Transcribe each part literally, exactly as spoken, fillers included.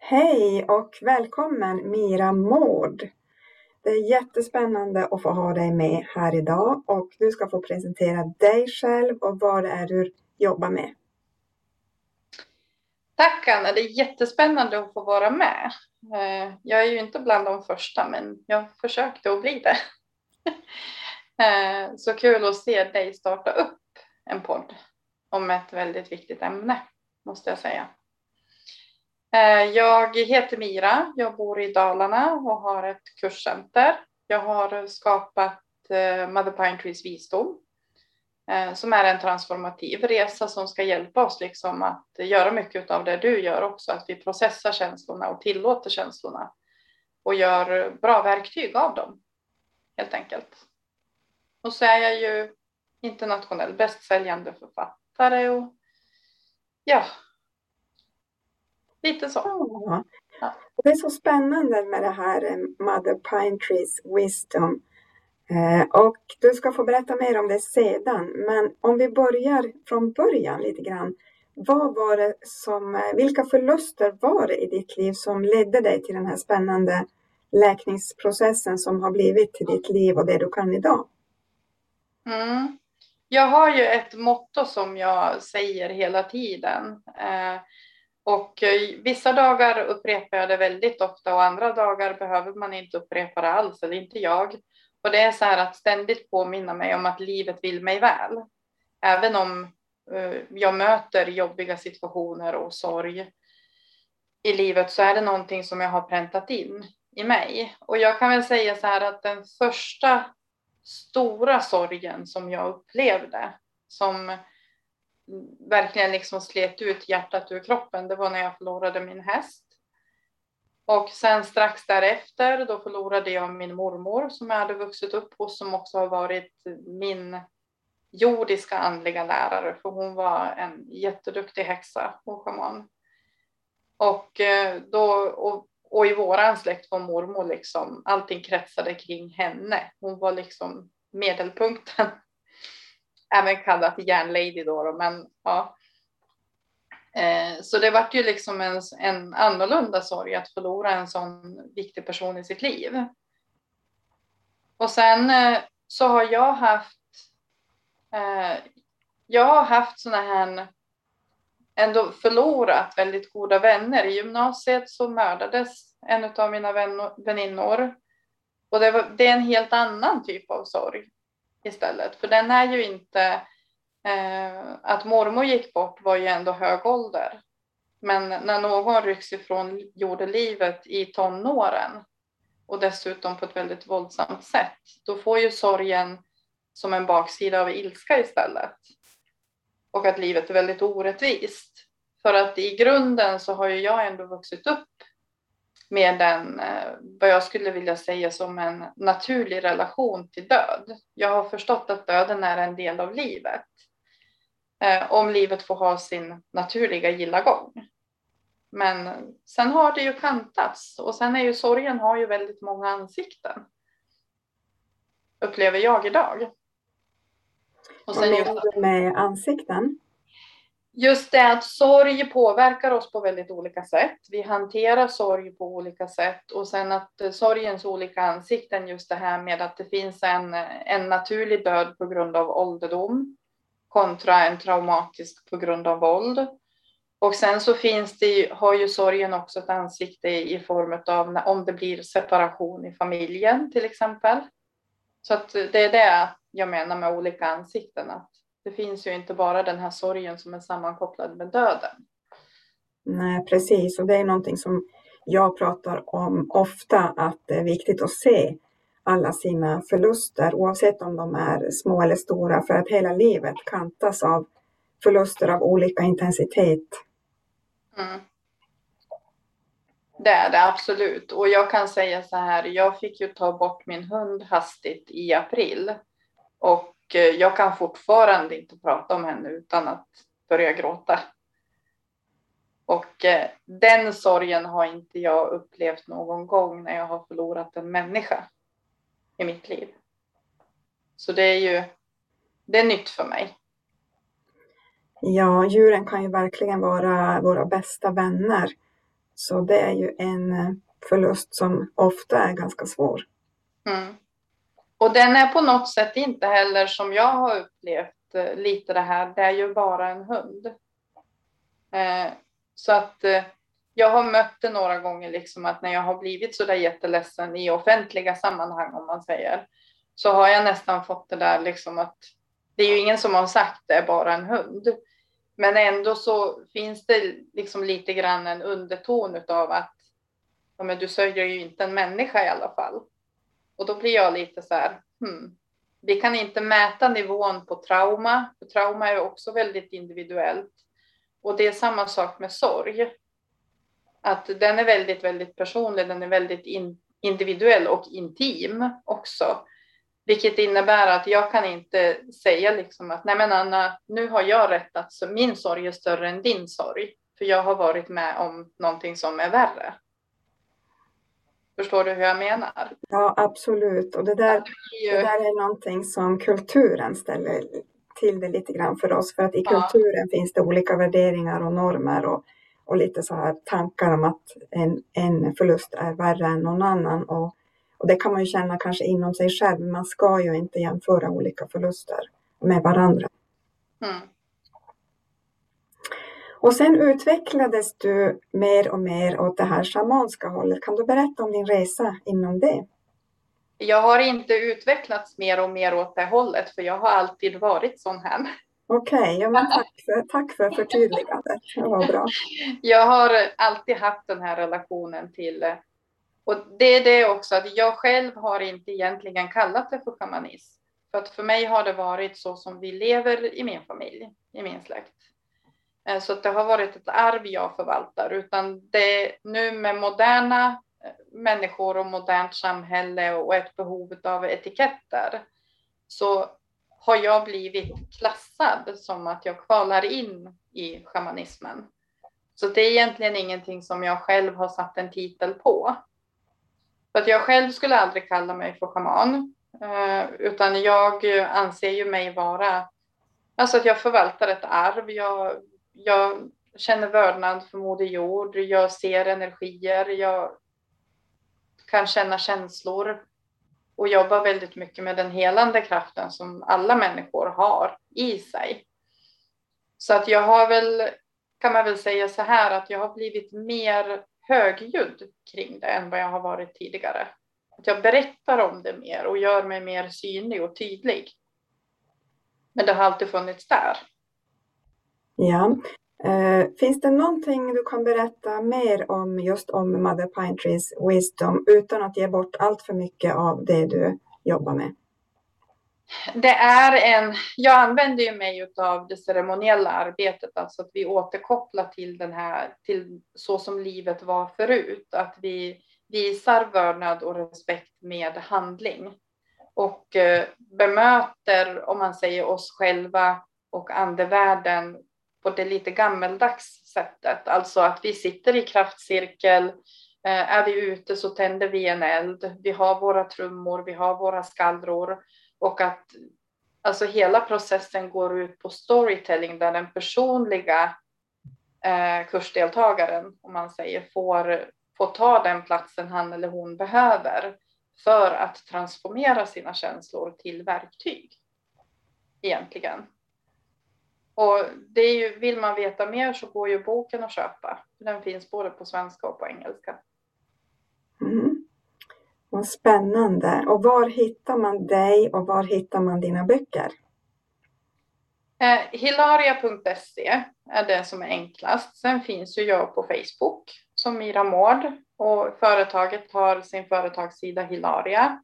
Hej och välkommen Mira Mård. Det är jättespännande att få ha dig med här idag och du ska få presentera dig själv och vad det är du jobbar med. Tack Anna, det är jättespännande att få vara med. Jag är ju inte bland de första, men jag försökte att bli det. Så kul att se dig starta upp en podd om ett väldigt viktigt ämne, måste jag säga. Jag heter Mira, jag bor i Dalarna och har ett kurscenter. Jag har skapat Mother Pine Trees Visdom, som är en transformativ resa som ska hjälpa oss liksom att göra mycket av det du gör också. Att vi processar känslorna och tillåter känslorna och gör bra verktyg av dem, helt enkelt. Och så är jag ju internationell bästsäljande författare och ja, lite så. Ja. Ja. Det är så spännande med det här Mother Pine Trees Wisdom. Och du ska få berätta mer om det sedan. Men om vi börjar från början lite grann. Vad var det som, vilka förluster var det i ditt liv som ledde dig till den här spännande läkningsprocessen som har blivit till ditt liv och det du kan idag? Mm. Jag har ju ett motto som jag säger hela tiden. Eh, och vissa dagar upprepar jag det väldigt ofta och andra dagar behöver man inte upprepa det alls, eller inte jag. Och det är så här att ständigt påminna mig om att livet vill mig väl. Även om eh, jag möter jobbiga situationer och sorg i livet så är det någonting som jag har präntat in i mig. Och jag kan väl säga så här att den första stora sorgen som jag upplevde, som verkligen liksom slet ut hjärtat ur kroppen, det var när jag förlorade min häst. Och sen strax därefter då förlorade jag min mormor som jag hade vuxit upp hos, som också har varit min jordiska andliga lärare, för hon var en jätteduktig häxa och shaman. Och, då, och, och i våran släkt var mormor liksom, allting kretsade kring henne. Hon var liksom medelpunkten. Även kallat järnlady då, men ja. Så det var ju liksom en, en annorlunda sorg att förlora en sån viktig person i sitt liv. Och sen så har jag haft jag har haft såna här ändå förlorat väldigt goda vänner. I gymnasiet så mördades en av mina väninnor. Och det, var, det är en helt annan typ av sorg istället. För den är ju inte... Eh, att mormor gick bort var ju ändå hög ålder. Men när någon rycks ifrån jordelivet i tonåren och dessutom på ett väldigt våldsamt sätt, då får ju sorgen som en baksida av ilska istället. Och att livet är väldigt orättvist. För att i grunden så har ju jag ändå vuxit upp med en, vad jag skulle vilja säga som en naturlig relation till död. Jag har förstått att döden är en del av livet. Om livet får ha sin naturliga gilla gång. Men sen har det ju kantats. Och sen är ju sorgen har ju väldigt många ansikten. Upplever jag idag. Och sen vad menar du med ansikten? Just det att sorg påverkar oss på väldigt olika sätt. Vi hanterar sorg på olika sätt. Och sen att sorgens olika ansikten, just det här med att det finns en, en naturlig död på grund av ålderdom. Kontra en traumatisk på grund av våld. Och sen så finns det, har ju sorgen också ett ansikte i form av om det blir separation i familjen till exempel. Så att det är det jag menar med olika ansikten. Att det finns ju inte bara den här sorgen som är sammankopplad med döden. Nej, precis. Och det är någonting som jag pratar om ofta. Att det är viktigt att se alla sina förluster. Oavsett om de är små eller stora. För att hela livet kantas av förluster av olika intensitet. Mm. Det är det absolut. Och jag kan säga så här. Jag fick ju ta bort min hund hastigt i april. Och jag kan fortfarande inte prata om henne utan att börja gråta. Och den sorgen har inte jag upplevt någon gång när jag har förlorat en människa i mitt liv. Så det är ju det är nytt för mig. Ja, djuren kan ju verkligen vara våra bästa vänner. Så det är ju en eh, förlust som ofta är ganska svår. Mm. Och den är på något sätt inte heller, som jag har upplevt eh, lite det här, det är ju bara en hund. Eh, så att eh, jag har mött det några gånger, liksom att när jag har blivit så där jätteledsen i offentliga sammanhang, om man säger, så har jag nästan fått det där liksom att det är ju ingen som har sagt det är bara en hund. Men ändå så finns det liksom lite grann en underton av att ja, men du sörjer ju inte en människa i alla fall. Och då blir jag lite så här, hmm, vi kan inte mäta nivån på trauma. För trauma är också väldigt individuellt. Och det är samma sak med sorg. Att den är väldigt, väldigt personlig. Den är väldigt in, individuell och intim också. Vilket innebär att jag kan inte säga liksom att nej men Anna, nu har jag rätt att så min sorg är större än din sorg. För jag har varit med om någonting som är värre. Förstår du hur jag menar? Ja, absolut. Och det där, ju... det där är någonting som kulturen ställer till det lite grann för oss. För att i Ja. kulturen finns det olika värderingar och normer och, och lite så här tankar om att en, en förlust är värre än någon annan. Och, och det kan man ju känna kanske inom sig själv. Men man ska ju inte jämföra olika förluster med varandra. Mm. Och sen utvecklades du mer och mer åt det här shamanska hållet. Kan du berätta om din resa inom det? Jag har inte utvecklats mer och mer åt det hållet, för jag har alltid varit sån här. Okej, okay, ja, men tack för, tack för förtydligandet. Det var bra. Jag har alltid haft den här relationen till, och det är det också att jag själv har inte egentligen kallat det för shamanism. För att för mig har det varit så som vi lever i min familj, i min släkt. Så att det har varit ett arv jag förvaltar, utan det nu med moderna människor och modernt samhälle och ett behov av etiketter, så har jag blivit klassad som att jag kvalar in i shamanismen. Så det är egentligen ingenting som jag själv har satt en titel på. För att jag själv skulle aldrig kalla mig för shaman, utan jag anser ju mig vara, alltså att jag förvaltar ett arv. Jag, jag känner vördnad för Moder Jord, jag ser energier, jag kan känna känslor och jobbar väldigt mycket med den helande kraften som alla människor har i sig. Så att jag har väl, kan man väl säga så här, att jag har blivit mer högljudd kring det än vad jag har varit tidigare. Att jag berättar om det mer och gör mig mer synlig och tydlig. Men det har alltid funnits där. Ja. Uh, finns det någonting du kan berätta mer om just om Mother Pine Trees Wisdom utan att ge bort allt för mycket av det du jobbar med? Det är en, jag använder ju mig av det ceremoniella arbetet, alltså att vi återkopplar till den här, till så som livet var förut, att vi visar vördnad och respekt med handling och eh, bemöter, om man säger, oss själva och andevärlden på det lite gammeldags sättet, alltså att vi sitter i kraftcirkel, eh, är vi ute så tänder vi en eld, vi har våra trummor, vi har våra skallror. Och att alltså hela processen går ut på storytelling där den personliga eh, kursdeltagaren, om man säger, får, får ta den platsen han eller hon behöver för att transformera sina känslor till verktyg egentligen. Och det är ju, vill man veta mer så går ju boken att köpa. Den finns både på svenska och på engelska. Mm. Vad spännande. Och var hittar man dig och var hittar man dina böcker? Eh, Hilaria punkt se är det som är enklast. Sen finns ju jag på Facebook som Mira Mård och företaget har sin företagssida Hilaria.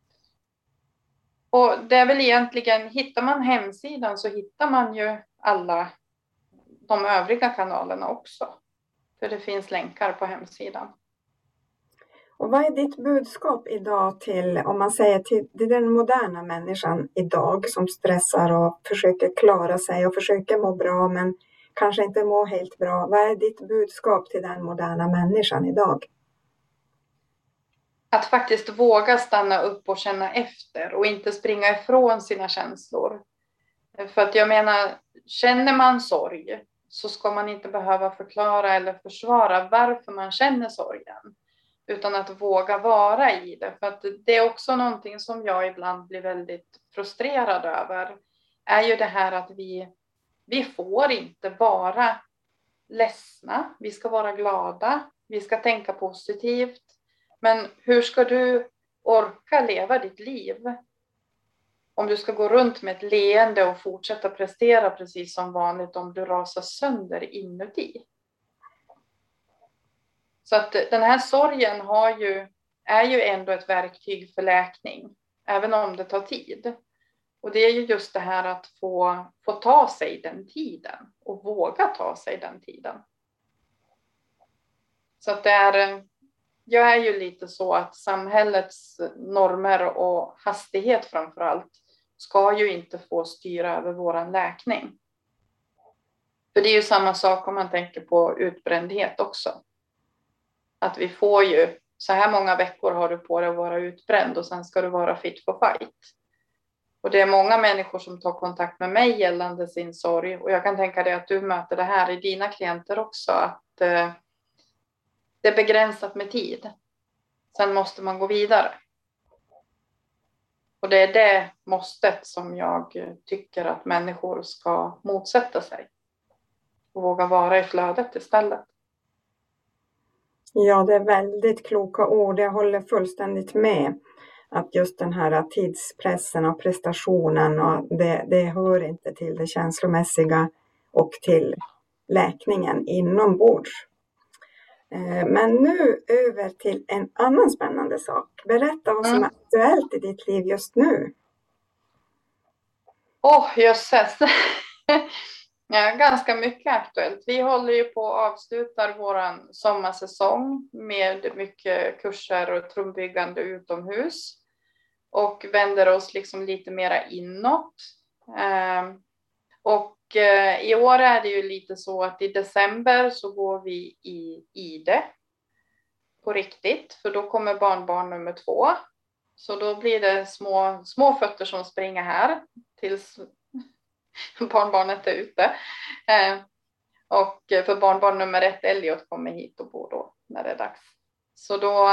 Och det är väl egentligen, hittar man hemsidan så hittar man ju alla de övriga kanalerna också. För det finns länkar på hemsidan. Och vad är ditt budskap idag till, om man säger till, till den moderna människan idag som stressar och försöker klara sig och försöker må bra men kanske inte må helt bra. Vad är ditt budskap till den moderna människan idag? Att faktiskt våga stanna upp och känna efter och inte springa ifrån sina känslor. För att jag menar, känner man sorg så ska man inte behöva förklara eller försvara varför man känner sorgen. Utan att våga vara i det. För att det är också någonting som jag ibland blir väldigt frustrerad över. Är ju det här att vi, vi får inte vara ledsna. Vi ska vara glada. Vi ska tänka positivt. Men hur ska du orka leva ditt liv om du ska gå runt med ett leende och fortsätta prestera precis som vanligt om du rasar sönder inuti? Så att den här sorgen har ju, är ju ändå ett verktyg för läkning, även om det tar tid. Och det är ju just det här att få, få ta sig den tiden och våga ta sig den tiden. Så att det är, jag är ju lite så att samhällets normer och hastighet framför allt ska ju inte få styra över våran läkning. För det är ju samma sak om man tänker på utbrändhet också. Att vi får ju, så här många veckor har du på dig att vara utbränd och sen ska du vara fit for fight. Och det är många människor som tar kontakt med mig gällande sin sorg. Och jag kan tänka dig att du möter det här i dina klienter också. Att eh, det är begränsat med tid. Sen måste man gå vidare. Och det är det måstet som jag tycker att människor ska motsätta sig. Och våga vara i flödet istället. Ja, det är väldigt kloka ord. Jag håller fullständigt med. Att just den här tidspressen och prestationen, och det, det hör inte till det känslomässiga och till läkningen inombords. Men nu över till en annan spännande sak. Berätta vad som är aktuellt i ditt liv just nu. Åh, oh, jösses. Ja, ganska mycket aktuellt. Vi håller ju på att avsluta vår sommarsäsong med mycket kurser och trumbyggande utomhus. Och vänder oss liksom lite mera inåt. Och i år är det ju lite så att i december så går vi i ide på riktigt. För då kommer barnbarn nummer två. Så då blir det små, små fötter som springer här tills barnbarnet är ute. Eh, och för barnbarn nummer ett, Elliot, kommer hit och bor då när det är dags. Så då,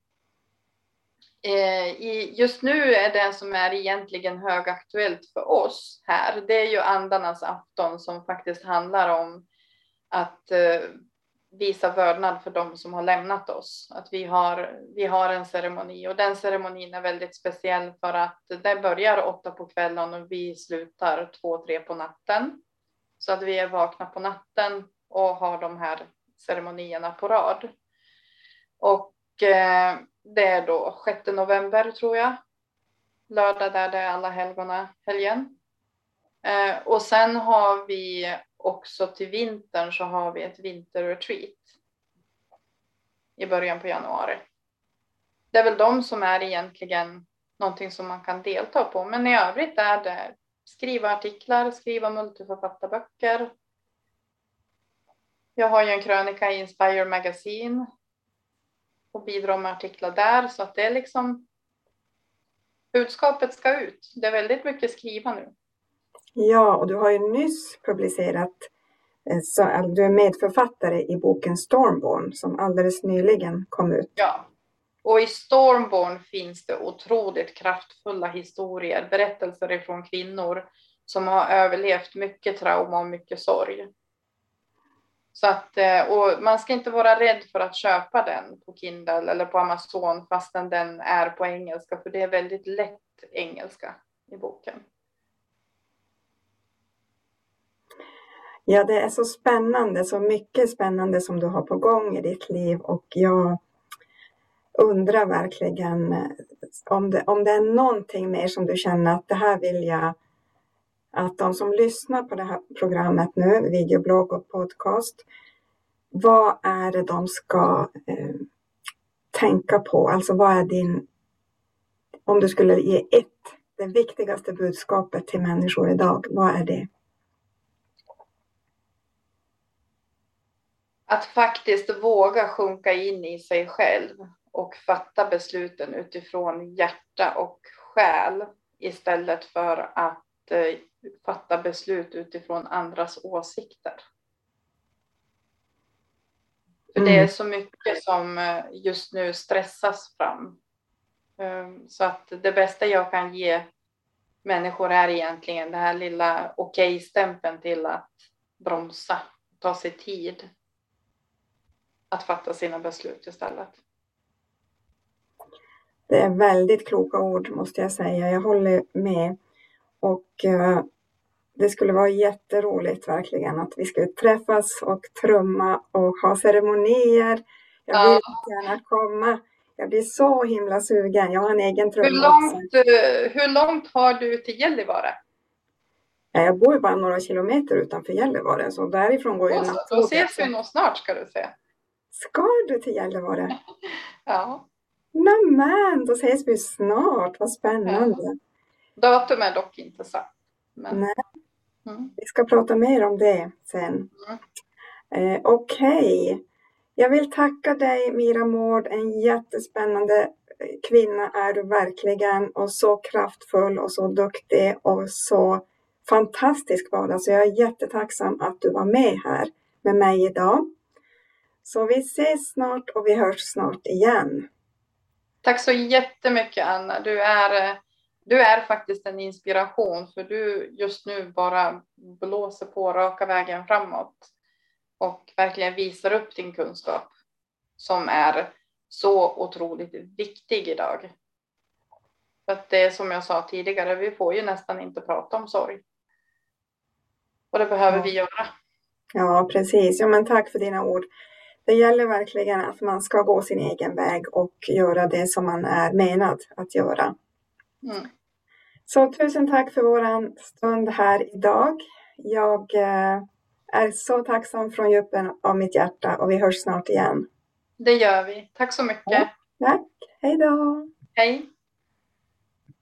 eh, i, just nu är det som är egentligen högaktuellt för oss här, det är ju andarnas afton som faktiskt handlar om att eh, visa vördnad för de som har lämnat oss. Att vi har, vi har en ceremoni, och den ceremonin är väldigt speciell för att det börjar åtta på kvällen och vi slutar två, tre på natten. Så att vi är vakna på natten och har de här ceremonierna på rad. Och eh, det är då sjätte november tror jag. Lördag där det är alla helgona helgen. Eh, och sen har vi också till vintern så har vi ett vinterretreat i början på januari. Det är väl de som är egentligen någonting som man kan delta på. Men i övrigt är det skriva artiklar, skriva multiförfattarböcker. Jag har ju en krönika i Inspire Magazine och bidrar med artiklar där. Så att det är liksom, budskapet ska ut. Det är väldigt mycket skriva nu. Ja, och du har ju nyss publicerat, så du är medförfattare i boken Stormborn som alldeles nyligen kom ut. Ja, och i Stormborn finns det otroligt kraftfulla historier, berättelser ifrån kvinnor som har överlevt mycket trauma och mycket sorg. Så att, och man ska inte vara rädd för att köpa den på Kindle eller på Amazon fastän den är på engelska, för det är väldigt lätt engelska i boken. Ja, det är så spännande, så mycket spännande som du har på gång i ditt liv, och jag undrar verkligen om det, om det är någonting mer som du känner att det här vill jag att de som lyssnar på det här programmet nu, videoblogg och podcast, vad är det de ska eh, tänka på? Alltså vad är din, om du skulle ge ett, det viktigaste budskapet till människor idag, vad är det? Att faktiskt våga sjunka in i sig själv och fatta besluten utifrån hjärta och själ istället för att eh, fatta beslut utifrån andras åsikter. För det är så mycket som just nu stressas fram. Så att det bästa jag kan ge människor är egentligen det här lilla okej-stämpeln till att bromsa, ta sig tid att fatta sina beslut istället. Det är väldigt kloka ord måste jag säga. Jag håller med. Och uh, det skulle vara jätteroligt verkligen att vi skulle träffas och trumma och ha ceremonier. Jag vill ja. gärna komma. Jag blir så himla sugen. Jag har en egen trumma. Hur långt, uh, hur långt har du till Gällivare? Jag bor bara några kilometer utanför Gällivare. Så därifrån går ju oh, nattåget. Då ses vi nog snart ska du se. Ska du till Gällivare? Ja. Nämen, då ses vi snart. Vad spännande. Ja. Datum är dock inte sagt. Men... Nej. Mm. Vi ska prata mer om det sen. Mm. Eh, Okej. Okay. Jag vill tacka dig Mira Mård. En jättespännande kvinna är du verkligen. Och så kraftfull och så duktig och så fantastisk var det. Så jag är jättetacksam att du var med här med mig idag. Så vi ses snart och vi hörs snart igen. Tack så jättemycket Anna. Du är, du är faktiskt en inspiration för du just nu bara blåser på raka vägen framåt. Och verkligen visar upp din kunskap som är så otroligt viktig idag. För att det är som jag sa tidigare, vi får ju nästan inte prata om sorg. Och det behöver ja. vi göra. Ja, precis. Ja, men tack för dina ord. Det gäller verkligen att man ska gå sin egen väg och göra det som man är menad att göra. Mm. Så tusen tack för våran stund här idag. Jag eh, är så tacksam från djupen av mitt hjärta och vi hörs snart igen. Det gör vi. Tack så mycket. Ja, tack. Hej då. Hej.